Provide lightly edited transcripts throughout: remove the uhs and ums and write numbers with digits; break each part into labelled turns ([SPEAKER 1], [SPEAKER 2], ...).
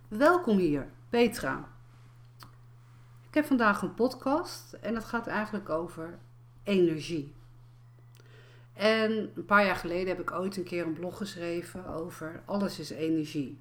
[SPEAKER 1] Welkom hier, Petra. Ik heb vandaag een podcast en het gaat eigenlijk over energie. En een paar jaar geleden heb ik ooit een keer een blog geschreven over alles is energie.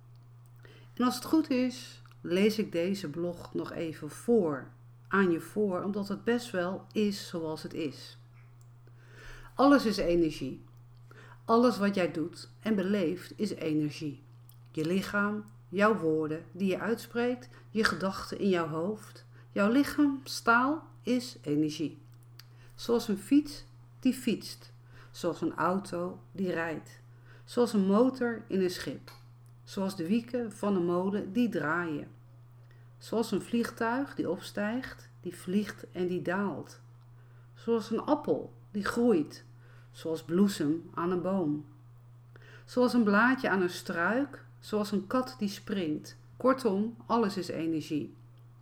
[SPEAKER 1] En als het goed is, lees ik deze blog nog even aan je voor, omdat het best wel is zoals het is. Alles is energie. Alles wat jij doet en beleeft is energie. Je lichaam, jouw woorden die je uitspreekt, je gedachten in jouw hoofd. Jouw lichaamstaal is energie. Zoals een fiets die fietst. Zoals een auto die rijdt. Zoals een motor in een schip. Zoals de wieken van een molen die draaien. Zoals een vliegtuig die opstijgt, die vliegt en die daalt. Zoals een appel die groeit. Zoals bloesem aan een boom. Zoals een blaadje aan een struik. Zoals een kat die springt. Kortom, alles is energie.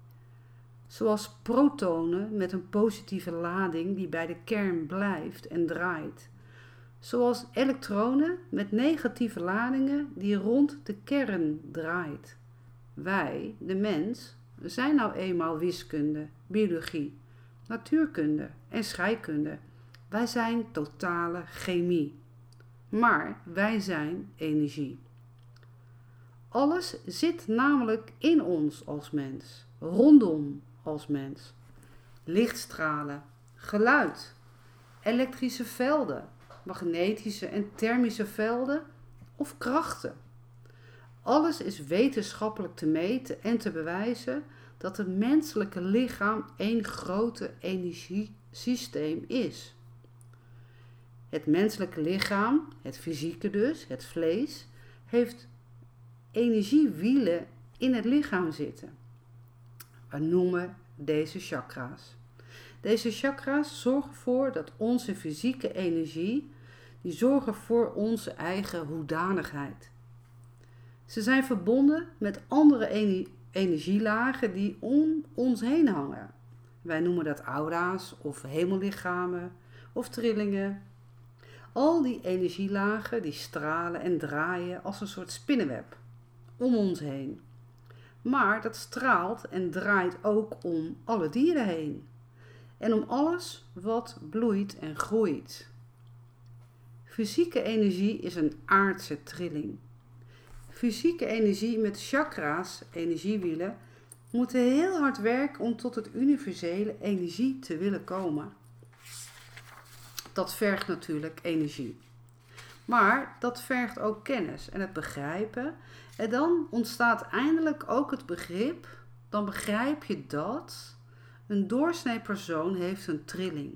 [SPEAKER 1] Zoals protonen met een positieve lading die bij de kern blijft en draait. Zoals elektronen met negatieve ladingen die rond de kern draait. Wij, de mens, zijn nou eenmaal wiskunde, biologie, natuurkunde en scheikunde. Wij zijn totale chemie. Maar wij zijn energie. Alles zit namelijk in ons als mens, rondom als mens. Lichtstralen, geluid, elektrische velden, magnetische en thermische velden of krachten. Alles is wetenschappelijk te meten en te bewijzen dat het menselijke lichaam één grote energiesysteem is. Het menselijke lichaam, het fysieke dus, het vlees, heeft energiewielen in het lichaam zitten. We noemen deze chakra's. Deze chakra's zorgen ervoor dat onze fysieke energie, die zorgen voor onze eigen hoedanigheid. Ze zijn verbonden met andere energielagen die om ons heen hangen. Wij noemen dat aura's of hemellichamen of trillingen. Al die energielagen die stralen en draaien als een soort spinnenweb om ons heen. Maar dat straalt en draait ook om alle dieren heen. En om alles wat bloeit en groeit. Fysieke energie is een aardse trilling. Fysieke energie met chakra's, energiewielen, moeten heel hard werken om tot het universele energie te willen komen. Dat vergt natuurlijk energie. Maar dat vergt ook kennis en het begrijpen. En dan ontstaat eindelijk ook het begrip, dan begrijp je dat een doorsnee persoon heeft een trilling.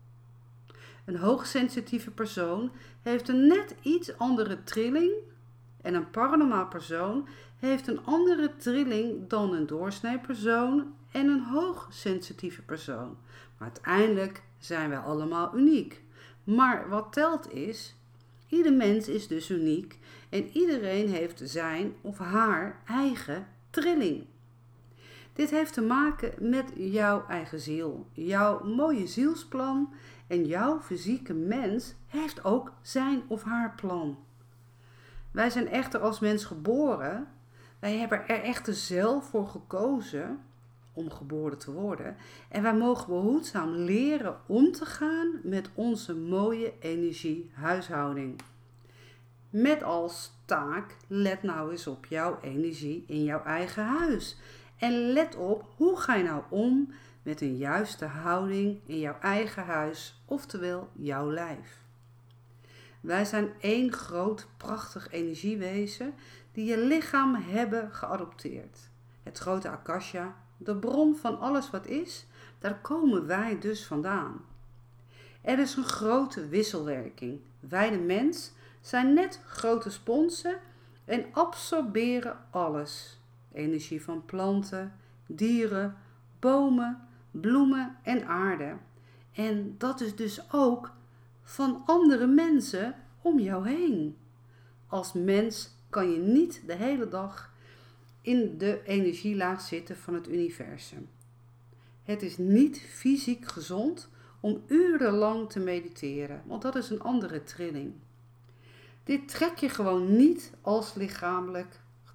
[SPEAKER 1] Een hoogsensitieve persoon heeft een net iets andere trilling en een paranormaal persoon heeft een andere trilling dan een doorsnee persoon en een hoogsensitieve persoon. Maar uiteindelijk zijn wij allemaal uniek. Maar wat telt is, ieder mens is dus uniek en iedereen heeft zijn of haar eigen trilling. Dit heeft te maken met jouw eigen ziel, jouw mooie zielsplan en jouw fysieke mens heeft ook zijn of haar plan. Wij zijn echter als mens geboren, wij hebben er echter zelf voor gekozen om geboren te worden en wij mogen behoedzaam leren om te gaan met onze mooie energiehuishouding. Met als taak, let nou eens op jouw energie in jouw eigen huis. En let op, hoe ga je nou om met een juiste houding in jouw eigen huis, oftewel jouw lijf. Wij zijn één groot, prachtig energiewezen die je lichaam hebben geadopteerd. Het grote Akasha, de bron van alles wat is, daar komen wij dus vandaan. Er is een grote wisselwerking. Wij de mens zijn net grote sponsen en absorberen alles. Energie van planten, dieren, bomen, bloemen en aarde. En dat is dus ook van andere mensen om jou heen. Als mens kan je niet de hele dag in de energielaag zitten van het universum. Het is niet fysiek gezond om urenlang te mediteren, want dat is een andere trilling. Dit trek je gewoon niet als lichamelijk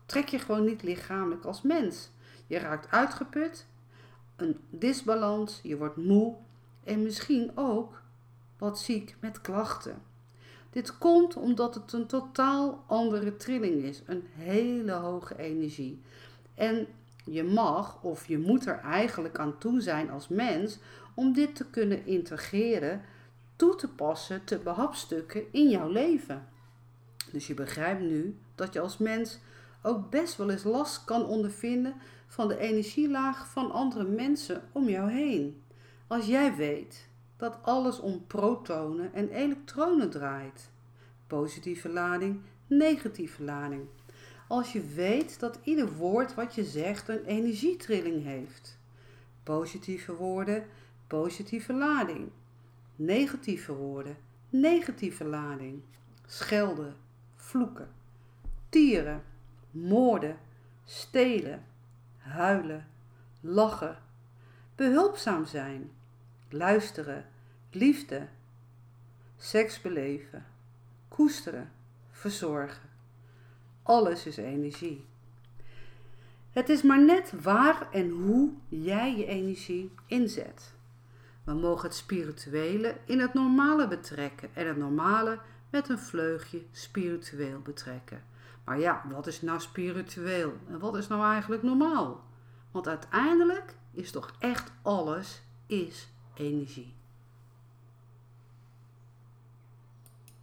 [SPEAKER 1] trek je gewoon niet lichamelijk als mens. Je raakt uitgeput, een disbalans, je wordt moe en misschien ook wat ziek met klachten. Dit komt omdat het een totaal andere trilling is, een hele hoge energie. En je mag of je moet er eigenlijk aan toe zijn als mens om dit te kunnen integreren, toe te passen, te behapstukken in jouw leven. Dus je begrijpt nu dat je als mens ook best wel eens last kan ondervinden van de energielaag van andere mensen om jou heen. Als jij weet dat alles om protonen en elektronen draait. Positieve lading, negatieve lading. Als je weet dat ieder woord wat je zegt een energietrilling heeft. Positieve woorden, positieve lading. Negatieve woorden, negatieve lading. Schelden, vloeken, tieren, moorden, stelen, huilen, lachen, behulpzaam zijn, luisteren, liefde, seks beleven, koesteren, verzorgen. Alles is energie. Het is maar net waar en hoe jij je energie inzet. We mogen het spirituele in het normale betrekken en het normale met een vleugje spiritueel betrekken. Maar ja, wat is nou spiritueel en wat is nou eigenlijk normaal? Want uiteindelijk is toch echt alles is energie.